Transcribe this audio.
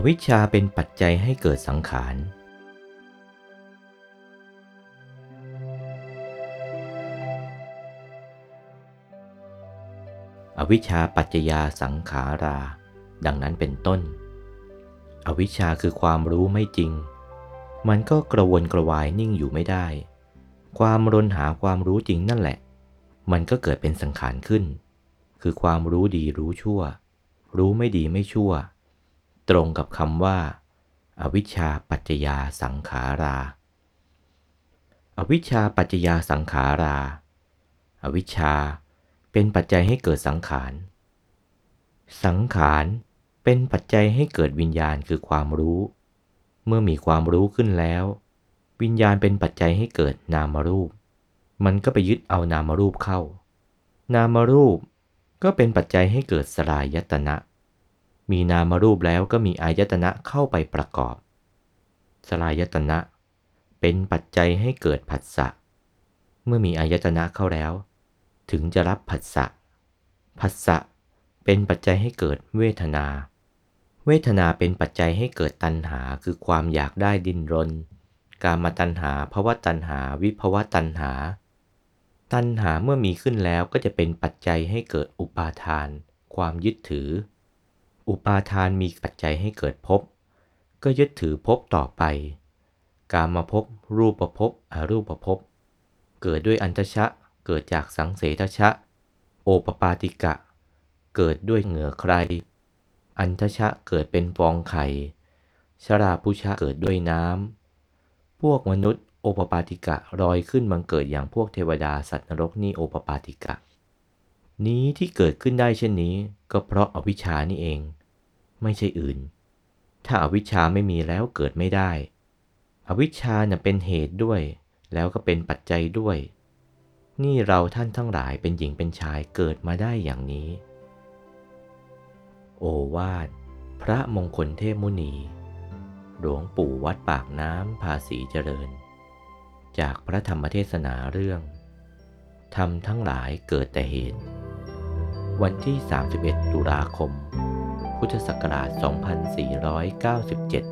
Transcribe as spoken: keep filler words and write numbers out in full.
วิชชาเป็นปัจจัยให้เกิดสังขารอวิชชาปัจจยาสังขาราดังนั้นเป็นต้นอวิชชาคือความรู้ไม่จริงมันก็กระวนกระวายนิ่งอยู่ไม่ได้ความรนหาความรู้จริงนั่นแหละมันก็เกิดเป็นสังขารขึ้นคือความรู้ดีรู้ชั่วรู้ไม่ดีไม่ชั่วตรงกับคำว่าอวิชชาปัจจยาสังขาราอวิชชาปัจจยาสังขาราอวิชชาเป็นปัจจัยให้เกิดสังขารสังขารเป็นปัจจัยให้เกิดวิญญาณคือความรู้เมื่อมีความรู้ขึ้นแล้ววิญญาณเป็นปัจจัยให้เกิดนามรูปมันก็ไปยึดเอานามรูปเข้านามรูปก็เป็นปัจจัยให้เกิดสลายตนะมีนามรูปแล้วก็มีอายตนะเข้าไปประกอบสลายตนะเป็นปัจจัยให้เกิดผัสสะเมื่อมีอายตนะเข้าแล้วถึงจะรับผัสสะผัสสะเป็นปัจจัยให้เกิดเวทนาเวทนาเป็นปัจจัยให้เกิดตัณหาคือความอยากได้ดิ้นรนกามตัณหาภวตัณหาวิภวตัณหาตัณหาเมื่อมีขึ้นแล้วก็จะเป็นปัจจัยให้เกิดอุปาทานความยึดถืออุปาทานมีปัจจัยให้เกิดภพก็ยึดถือภพต่อไปกามภพรูปภพอรูปภพเกิดด้วยอันตชะเกิดจากสังเสทชะโอปปาติกะเกิดด้วยเหงื่อใครอันทชะเกิดเป็นฟองไข่ชราพุชะเกิดด้วยน้ำพวกมนุษย์โอปปาติกะลอยขึ้นบังเกิดอย่างพวกเทวดาสัตว์นรกนี่โอปปาติกะนี้ที่เกิดขึ้นได้เช่นนี้ก็เพราะอวิชชานี่เองไม่ใช่อื่นถ้าอวิชชาไม่มีแล้วเกิดไม่ได้อวิชชาน่ะเป็นเหตุด้วยแล้วก็เป็นปัจจัยด้วยนี่เราท่านทั้งหลายเป็นหญิงเป็นชายเกิดมาได้อย่างนี้โอวาทพระมงคลเทพมุนีหลวงปู่วัดปากน้ำภาษีเจริญจากพระธรรมเทศนาเรื่องธรรมทั้งหลายเกิดแต่เหตุวันที่สามสิบเอ็ดตุลาคมพุทธศักราชสองพันสี่ร้อยเก้าสิบเจ็ด